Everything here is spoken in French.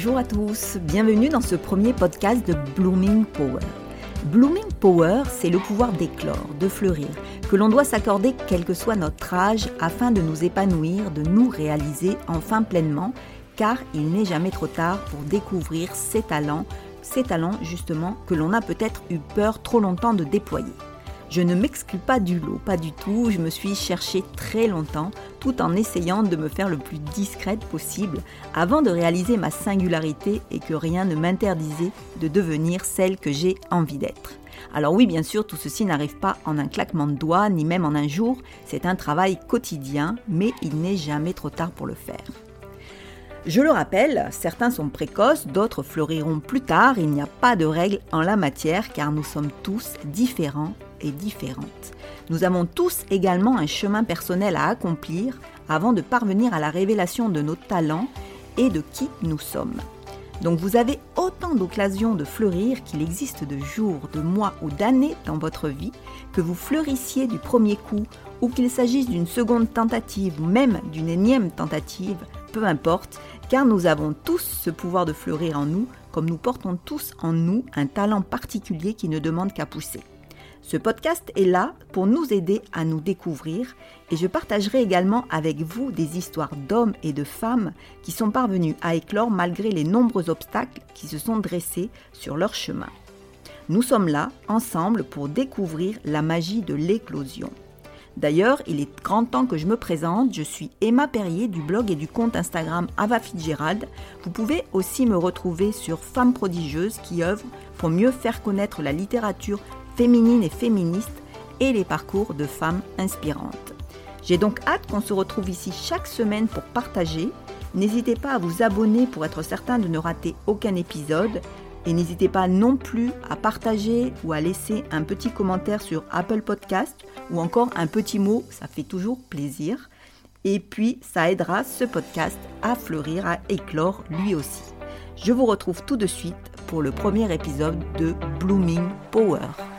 Bonjour à tous, bienvenue dans ce premier podcast de Blooming Power. Blooming Power, c'est le pouvoir d'éclore, de fleurir, que l'on doit s'accorder quel que soit notre âge afin de nous épanouir, de nous réaliser enfin pleinement, car il n'est jamais trop tard pour découvrir ces talents justement que l'on a peut-être eu peur trop longtemps de déployer. Je ne m'exclus pas du lot, pas du tout, je me suis cherchée très longtemps tout en essayant de me faire le plus discrète possible avant de réaliser ma singularité et que rien ne m'interdisait de devenir celle que j'ai envie d'être. Alors oui, bien sûr, tout ceci n'arrive pas en un claquement de doigts, ni même en un jour, c'est un travail quotidien, mais il n'est jamais trop tard pour le faire. Je le rappelle, certains sont précoces, d'autres fleuriront plus tard, il n'y a pas de règle en la matière car nous sommes tous différents et différentes. Nous avons tous également un chemin personnel à accomplir avant de parvenir à la révélation de nos talents et de qui nous sommes. Donc vous avez autant d'occasions de fleurir qu'il existe de jours, de mois ou d'années dans votre vie, que vous fleurissiez du premier coup ou qu'il s'agisse d'une seconde tentative ou même d'une énième tentative, peu importe, car nous avons tous ce pouvoir de fleurir en nous, comme nous portons tous en nous un talent particulier qui ne demande qu'à pousser. Ce podcast est là pour nous aider à nous découvrir et je partagerai également avec vous des histoires d'hommes et de femmes qui sont parvenus à éclore malgré les nombreux obstacles qui se sont dressés sur leur chemin. Nous sommes là, ensemble, pour découvrir la magie de l'éclosion. D'ailleurs, il est grand temps que je me présente, je suis Emma Perrier du blog et du compte Instagram Ava Fitzgerald. Vous pouvez aussi me retrouver sur Femmes prodigieuses qui œuvrent pour mieux faire connaître la littérature féminine et féministe et les parcours de femmes inspirantes. J'ai donc hâte qu'on se retrouve ici chaque semaine pour partager. N'hésitez pas à vous abonner pour être certain de ne rater aucun épisode. Et n'hésitez pas non plus à partager ou à laisser un petit commentaire sur Apple Podcast ou encore un petit mot, ça fait toujours plaisir. Et puis, ça aidera ce podcast à fleurir, à éclore lui aussi. Je vous retrouve tout de suite pour le premier épisode de Blooming Power.